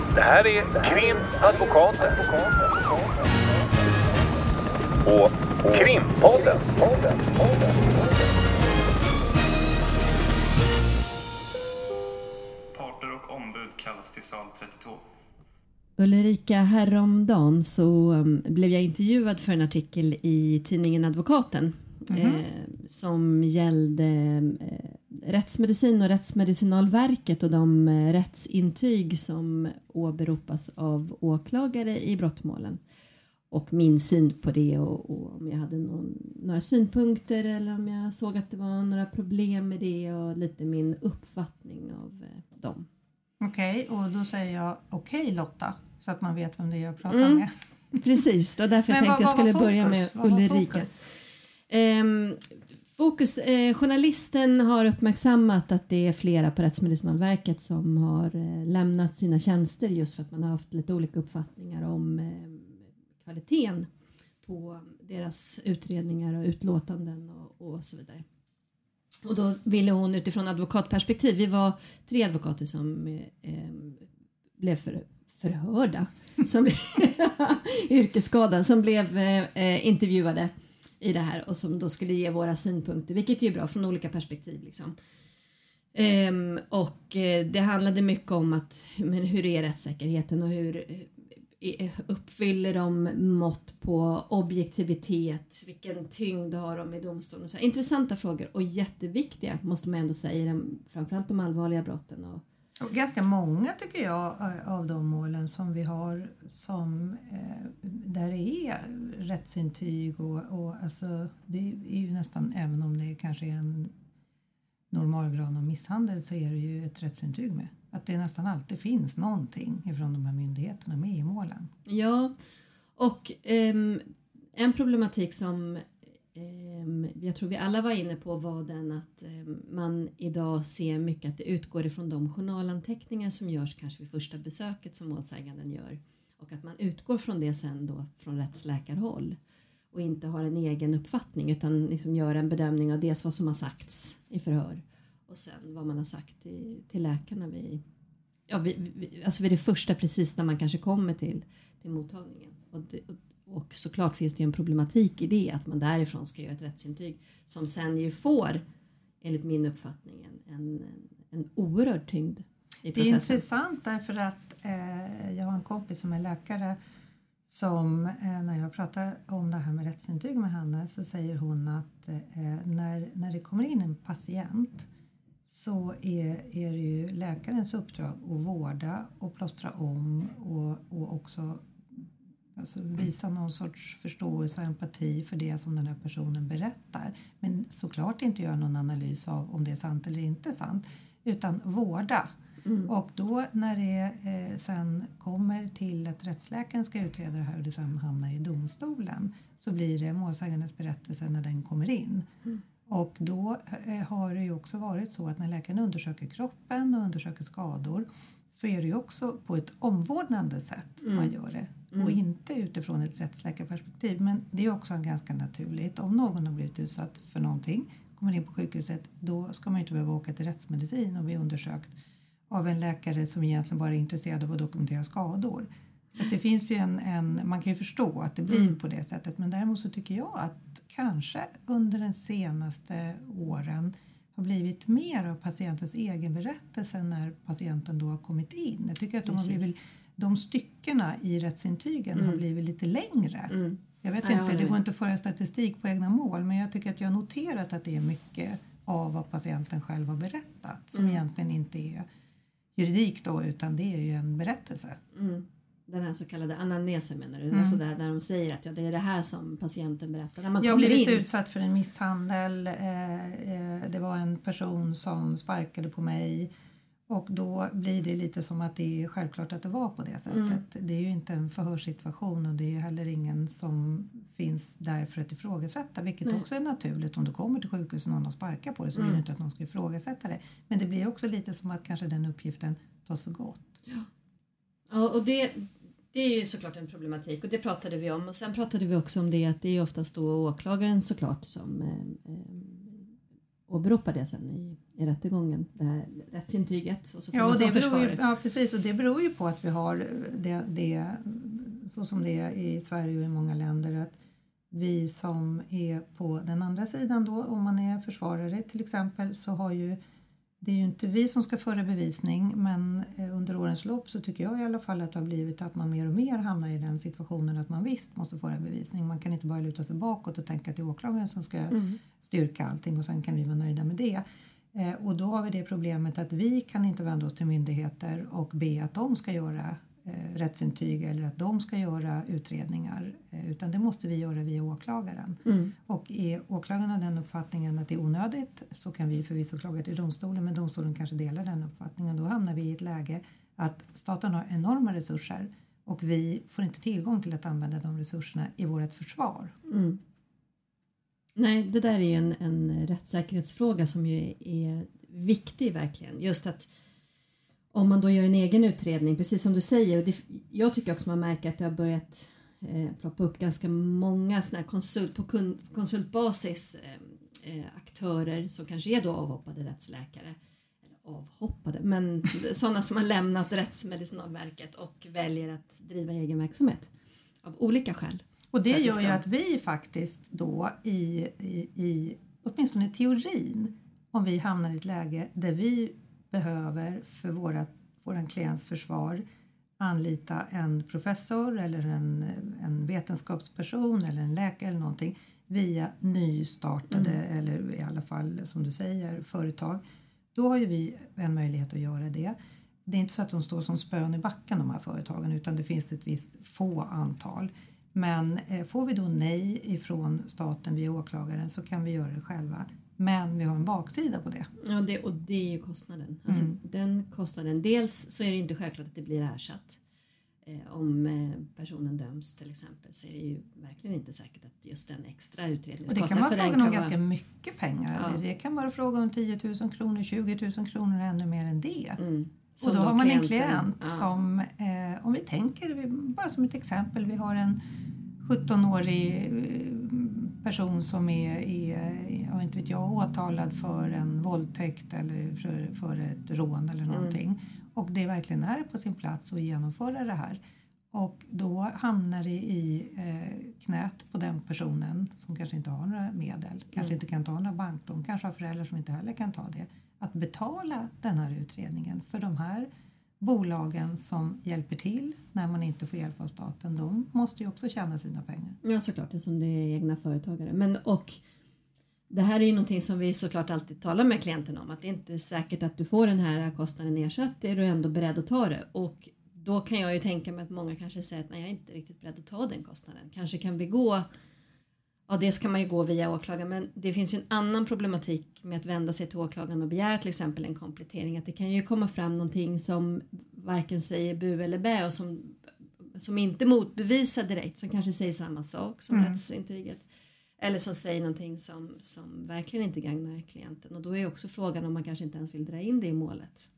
Det här är Krimadvokaten. Och Krimpodden. Parter och ombud kallas till sal 32. Ulrika, häromdagen så blev jag intervjuad för en artikel i tidningen Advokaten som gällde rättsmedicin och Rättsmedicinalverket och de rättsintyg som åberopas av åklagare i brottmålen. Och min syn på det och om jag hade några synpunkter eller om jag såg att det var några problem med det och lite min uppfattning av dem. Okej, och då säger jag okej Lotta, så att man vet vem det är jag pratar med. Precis, och därför tänkte jag skulle börja med Ulrika. Journalisten har uppmärksammat att det är flera på Rättsmedicinalverket som har lämnat sina tjänster just för att man har haft lite olika uppfattningar om kvaliteten på deras utredningar och utlåtanden och så vidare. Och då ville hon utifrån advokatperspektiv, vi var 3 advokater som blev förhörda, som blev yrkesskadade, som blev intervjuade i det här och som då skulle ge våra synpunkter, vilket är ju bra från olika perspektiv liksom. Och det handlade mycket om att, men hur är rättssäkerheten och hur uppfyller de mått på objektivitet, vilken tyngd har de i domstolen. Så intressanta frågor och jätteviktiga måste man ändå säga, framförallt de allvarliga brotten. Och ganska många tycker jag av de målen som vi har som där det är rättsintyg och alltså det är ju nästan, även om det kanske är en normalgrad av misshandel, så är det ju ett rättsintyg med. Att det nästan alltid finns någonting ifrån de här myndigheterna med i målen. Ja, och en problematik som jag tror vi alla var inne på var den att man idag ser mycket att det utgår ifrån de journalanteckningar som görs kanske vid första besöket som målsäganden gör. Och att man utgår från det sen då från rättsläkarhåll och inte har en egen uppfattning utan liksom gör en bedömning av dels vad som har sagts i förhör och sen vad man har sagt till läkarna vid det första, precis när man kanske kommer till mottagningen. Och såklart finns det ju en problematik i det, att man därifrån ska göra ett rättsintyg som sen ju får, enligt min uppfattning, en oerhörd tyngd i processen. Det är intressant därför att jag har en kompis som är läkare som när jag pratar om det här med rättsintyg med henne så säger hon att när det kommer in en patient så är det ju läkarens uppdrag att vårda och plåstra om och också alltså visa någon sorts förståelse och empati för det som den här personen berättar. Men såklart inte göra någon analys av om det är sant eller inte sant, utan vårda. Mm. Och då när det sen kommer till att rättsläkaren ska utreda det här och det sen hamnar i domstolen, så blir det målsägandens berättelse när den kommer in. Mm. Och då har det ju också varit så att när läkaren undersöker kroppen och undersöker skador, så är det ju också på ett omvårdnande sätt man gör det. Och inte utifrån ett rättsläkarperspektiv. Men det är också ganska naturligt. Om någon har blivit utsatt för någonting, kommer in på sjukhuset, då ska man inte behöva åka till rättsmedicin och bli undersökt av en läkare som egentligen bara är intresserad av att dokumentera skador. Så att det finns ju man kan ju förstå att det blir på det sättet. Men däremot så tycker jag att kanske under den senaste åren har blivit mer av patientens egen berättelse när patienten då har kommit in. Jag tycker att de styckena i rättsintygen har blivit lite längre. Jag vet inte, det går inte att föra statistik på egna mål, men jag tycker att jag har noterat att det är mycket av vad patienten själv har berättat som egentligen inte är juridik då, utan det är ju en berättelse. Den här så kallade anamnesen, menar du? Alltså där, när de säger att det är det här som patienten berättar. När man jag blev lite utsatt för en misshandel. Det var en person som sparkade på mig. Och då blir det lite som att det är självklart att det var på det sättet. Det är ju inte en förhörssituation och det är heller ingen som finns där för att ifrågasätta. Vilket också är naturligt. Om du kommer till sjukhus och någon sparkar på det så vill du inte att någon ska ifrågasätta det. Men det blir också lite som att kanske den uppgiften tas för gott. Ja, och det är ju såklart en problematik och det pratade vi om. Och sen pratade vi också om det att det är oftast då åklagaren såklart som åberopa det sen i rättegången, det här rättsintyget. Och så får Ja, man som försvarare. Ja, precis. Och det beror ju på att vi har det så som det är i Sverige och i många länder, att vi som är på den andra sidan då, om man är försvarare till exempel, så har ju det är ju inte vi som ska föra bevisning, men under årens lopp så tycker jag i alla fall att det har blivit att man mer och mer hamnar i den situationen att man visst måste föra bevisning. Man kan inte bara luta sig bakåt och tänka att det är åklagaren som ska styrka allting och sen kan vi vara nöjda med det. Och då har vi det problemet att vi kan inte vända oss till myndigheter och be att de ska göra rättsintyg eller att de ska göra utredningar, utan det måste vi göra via åklagaren. Och är åklagaren av den uppfattningen att det är onödigt, så kan vi förvisso klaga till domstolen, men domstolen kanske delar den uppfattningen. Då hamnar vi i ett läge att staten har enorma resurser och vi får inte tillgång till att använda de resurserna i vårt försvar. Nej, det där är ju en rättssäkerhetsfråga som ju är viktig verkligen. Just att om man då gör en egen utredning, precis som du säger, och jag tycker också man märker att det har börjat ploppa upp ganska många såna här på konsultbasis aktörer som kanske är då avhoppade rättsläkare, eller avhoppade, men sådana som har lämnat Rättsmedicinalverket och väljer att driva egen verksamhet av olika skäl. Och det gör ju att vi faktiskt då i åtminstone i teorin, om vi hamnar i ett läge där vi behöver för våran klients försvar anlita en professor eller en vetenskapsperson eller en läkare eller någonting via nystartade eller i alla fall som du säger företag, då har ju vi en möjlighet att göra det. Det är inte så att de står som spön i backen de här företagen, utan det finns ett visst få antal. Men får vi då nej ifrån staten via åklagaren så kan vi göra det själva. Men vi har en baksida på det. Ja, det är ju kostnaden. Alltså, den kostnaden. Dels så är det inte självklart att det blir ersatt. Om personen döms till exempel, så är det ju verkligen inte säkert att just den extra utredningskostnaden. Och det kan vara frågan om ganska mycket pengar. Ja. Det kan vara fråga om 10 000 kronor, 20 000 kronor, ännu mer än det. Och då har man en klient som, om vi tänker, bara som ett exempel, vi har en 17-årig person som är inte vet jag, åtalad för en våldtäkt eller för ett rån eller någonting. Och det verkligen är på sin plats att genomföra det här. Och då hamnar det i knät på den personen som kanske inte har några medel. Kanske inte kan ta några banklån. Kanske har föräldrar som inte heller kan ta det. Att betala den här utredningen för de här bolagen som hjälper till när man inte får hjälp av staten, de måste ju också tjäna sina pengar. Ja, såklart, det är som det är egna företagare. Men och det här är ju någonting som vi såklart alltid talar med klienten om, att det inte är säkert att du får den här kostnaden ersatt, är du ändå beredd att ta det. Och då kan jag ju tänka mig att många kanske säger att nej, jag är inte riktigt beredd att ta den kostnaden. Kanske kan vi gå, ja, det ska man ju gå via åklagaren, men det finns ju en annan problematik med att vända sig till åklagaren och begära till exempel en komplettering, att det kan ju komma fram någonting som varken säger bu eller bä och som inte motbevisar direkt, som kanske säger samma sak som rättsintyget, eller som säger någonting som verkligen inte gagnar klienten, och då är också frågan om man kanske inte ens vill dra in det i målet.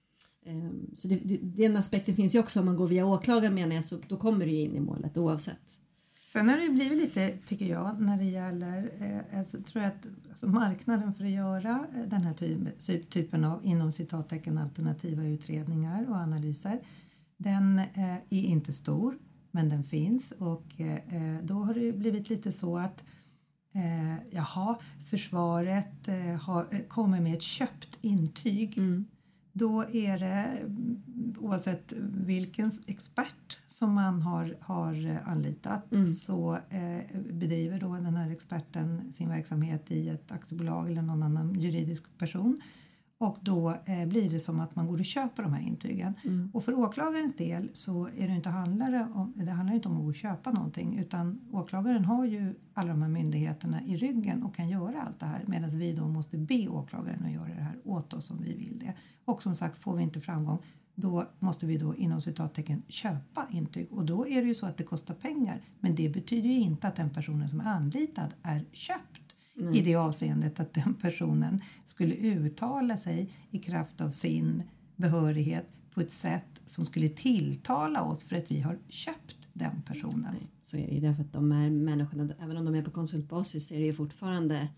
Så den aspekten finns ju också, om man går via åklagaren menar jag, så då kommer det ju in i målet oavsett. Sen har det blivit lite, tycker jag, när det gäller, tror jag att marknaden för att göra den här typen av inom citattecken alternativa utredningar och analyser, den är inte stor, men den finns, och då har det blivit lite så att försvaret kommer med ett köpt intyg. Då är det, oavsett vilken expert som man har anlitat, så bedriver då den här experten sin verksamhet i ett aktiebolag eller någon annan juridisk person. Och då blir det som att man går och köper de här intygen. Och för åklagarens del så är det handlar inte om att gå och köpa någonting, utan åklagaren har ju alla de här myndigheterna i ryggen och kan göra allt det här, medan vi då måste be åklagaren att göra det här åt oss om vi vill det. Och som sagt, får vi inte framgång, då måste vi då inom citattecken köpa intyg, och då är det ju så att det kostar pengar, men det betyder ju inte att den personen som är anlitad är köpt. I det avseendet att den personen skulle uttala sig i kraft av sin behörighet på ett sätt som skulle tilltala oss för att vi har köpt den personen. Nej, så är det ju, därför att de här människorna, även om de är på konsultbasis, så är det ju fortfarande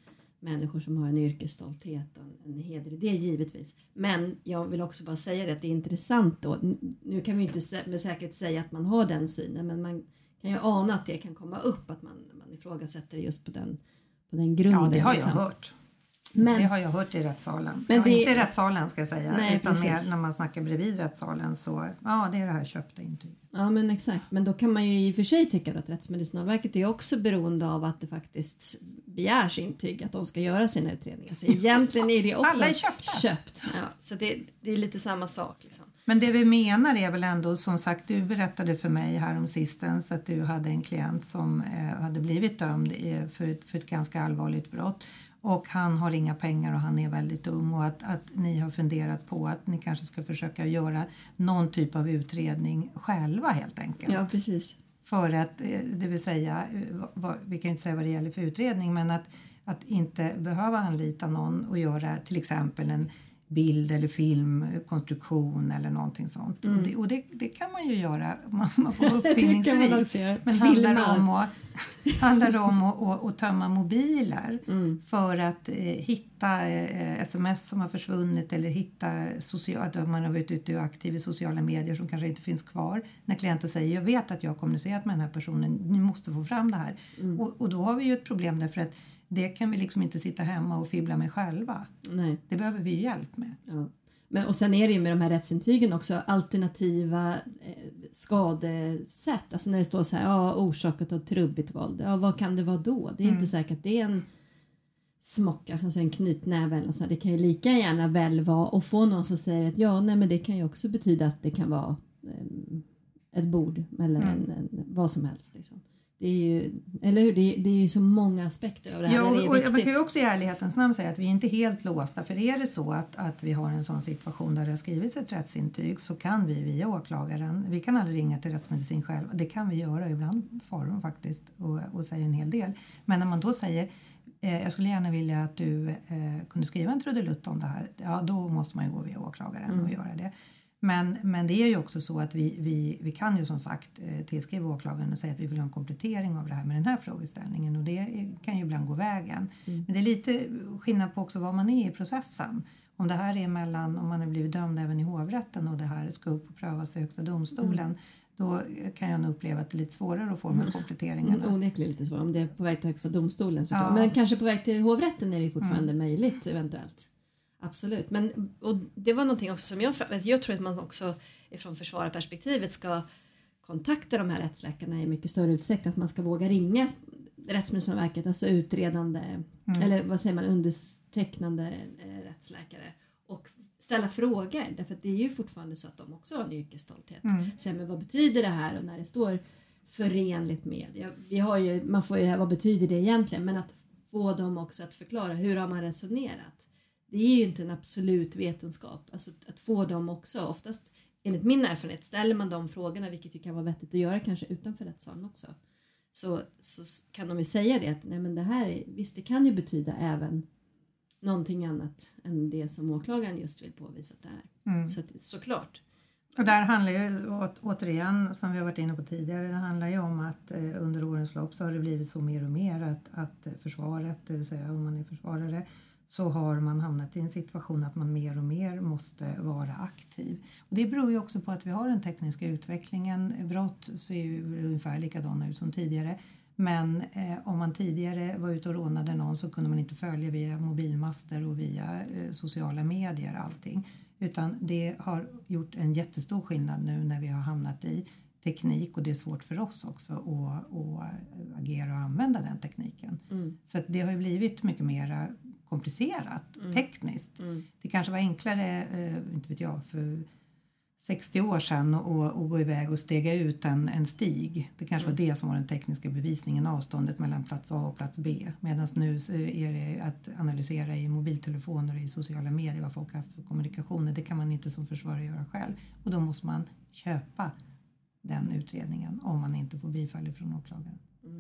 människor som har en yrkesstolthet och en heder i det givetvis. Men jag vill också bara säga det att det är intressant då. Nu kan vi inte med säkerhet säga att man har den synen, men man kan ju ana att det kan komma upp, att man ifrågasätter just på den grunden. Ja, det har liksom. jag hört. Men, det har jag hört i rättssalen. Men inte i rättssalen ska jag säga. Nej, utan mer precis. när man snackar bredvid rättssalen så, ja det är det här köpta intyget. Ja men exakt. Men då kan man ju i och för sig tycka att Rättsmedicinalverket är också beroende av att det faktiskt begärs intyg att de ska göra sina utredningar. Så egentligen är det också alla är köpt. Ja, så det är lite samma sak liksom. Men det vi menar är väl ändå, som sagt, du berättade för mig här om sistens att du hade en klient som hade blivit dömd för ett ganska allvarligt brott. Och han har inga pengar och han är väldigt ung, och att ni har funderat på att ni kanske ska försöka göra någon typ av utredning själva helt enkelt. Ja, precis. För att, det vill säga, vi kan inte säga vad det gäller för utredning, men att inte behöva anlita någon och göra till exempel en bild eller filmkonstruktion eller någonting sånt. Och det kan man ju göra. Man får uppfinningsrik. Men handlar om att tömma mobiler för att hitta sms som har försvunnit, eller hitta att man har varit ute och aktiv i sociala medier som kanske inte finns kvar. När klienten säger, jag vet att jag har kommunicerat med den här personen, ni måste få fram det här. Och då har vi ju ett problem, därför att det kan vi liksom inte sitta hemma och fibbla med själva. Nej. Det behöver vi hjälp med. Ja. Men, och sen är det ju med de här rättsintygen också alternativa skadesätt. Alltså när det står så här, orsakat av trubbigt våld. Ja, vad kan det vara då? Det är inte säkert att det är en smocka, alltså en knytnäve eller så. Det kan ju lika gärna väl vara och få någon som säger att men det kan ju också betyda att det kan vara ett bord eller vad som helst liksom. Det är ju, eller hur? Det är ju så många aspekter av det här. Ja, det är och man kan ju också i ärlighetens namn säga att vi är inte helt låsta. För är det så att vi har en sån situation där det har skrivits ett rättsintyg, så kan vi via åklagaren, vi kan aldrig ringa till rättsmedicin själv. Det kan vi göra, ibland svarar de faktiskt och säger en hel del. Men när man då säger, jag skulle gärna vilja att du kunde skriva en trudelutt om det här. Ja, då måste man ju gå via åklagaren och göra det. Men det är ju också så att vi kan ju som sagt tillskriva åklagaren och säga att vi vill ha en komplettering av det här med den här frågeställningen. Och det kan ju ibland gå vägen. Men det är lite skillnad på också vad man är i processen. Om det här är om man har blivit dömd även i hovrätten och det här ska upp och prövas i högsta domstolen. Då kan jag nog uppleva att det är lite svårare att få de här kompletteringarna. Onekligen lite svårare om det är på väg till högsta domstolen. Ja. Men kanske på väg till hovrätten är det fortfarande möjligt eventuellt. Absolut, och det var någonting också som jag tror att man också ifrån försvararperspektivet ska kontakta de här rättsläkarna i mycket större utsträckning, att man ska våga ringa Rättsmedicinalverket, alltså utredande eller vad säger man, undertecknande rättsläkare och ställa frågor, därför att det är ju fortfarande så att de också har en yrkesstolthet. Säga, men vad betyder det här, och när det står förenligt med, man får ju vad betyder det egentligen, men att få dem också att förklara hur har man resonerat. Det är ju inte en absolut vetenskap. Alltså att få dem också. Oftast, enligt min erfarenhet, ställer man de frågorna, vilket ju kan vara vettigt att göra kanske utanför rättssalen också. Så kan de ju säga det att nej, men det här visst, det kan ju betyda även någonting annat än det som åklagaren just vill påvisa att det är. Så såklart. Och där handlar ju återigen, som vi har varit inne på tidigare, det handlar ju om att under årens lopp så har det blivit så mer och mer att försvaret, det vill säga om man är försvarare, så har man hamnat i en situation att man mer och mer måste vara aktiv. Och det beror ju också på att vi har den tekniska utvecklingen. Brott ser ju ungefär likadana ut som tidigare. Men om man tidigare var ute och rånade någon så kunde man inte följa via mobilmaster och via sociala medier allting. Utan det har gjort en jättestor skillnad nu när vi har hamnat i teknik, och det är svårt för oss också att agera och använda den tekniken. Så att det har ju blivit mycket mer komplicerat tekniskt. Det kanske var enklare, inte vet jag, för 60 år sedan att gå iväg och stega ut en stig. Det kanske var det som var den tekniska bevisningen, avståndet mellan plats A och plats B. Medan nu är det att analysera i mobiltelefoner och i sociala medier vad folk har haft för kommunikationer. Det kan man inte som försvarare göra själv. Och då måste man köpa den utredningen om man inte får bifall från åklagaren.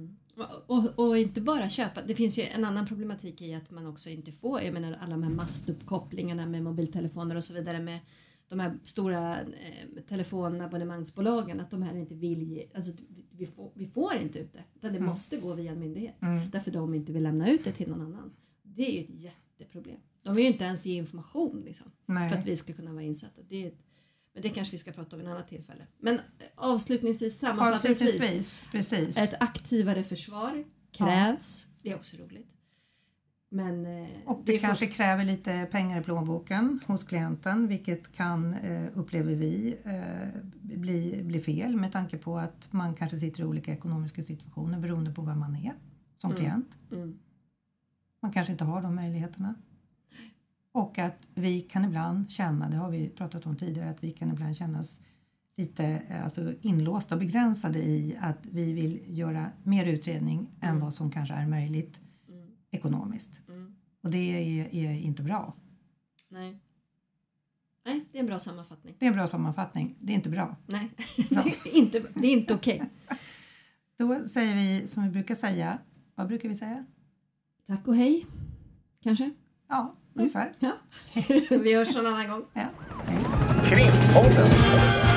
Och inte bara köpa. Det finns ju en annan problematik i att man också inte får, jag menar alla de här mastuppkopplingarna med mobiltelefoner och så vidare, med de här stora telefonabonnemangsbolagen, att de här inte vill alltså vi får inte ut det, utan det måste gå via en myndighet, därför de inte vill lämna ut det till någon annan. Det är ju ett jätteproblem. De vill ju inte ens ge information liksom, Nej. för att vi ska kunna vara insatta. Men det kanske vi ska prata om en annan tillfälle. Men avslutningsvis, sammanfattningsvis. Precis. Ett aktivare försvar krävs. Det är också roligt. Men, och det kanske kräver lite pengar i plånboken hos klienten, vilket kan, upplever vi, bli fel med tanke på att man kanske sitter i olika ekonomiska situationer beroende på vad man är som klient. Man kanske inte har de möjligheterna. Och att vi kan ibland känna, det har vi pratat om tidigare, att vi kan ibland känna oss lite inlåsta och begränsade i att vi vill göra mer utredning än vad som kanske är möjligt ekonomiskt. Och det är inte bra. Nej, det är en bra sammanfattning. Det är en bra sammanfattning. Det är inte bra. Nej, bra. det är inte okej. Då säger vi som vi brukar säga. Vad brukar vi säga? Tack och hej, kanske? Ja, ungefär. Ja. Vi hörs en annan gång. Ja, hej. Krimpodden.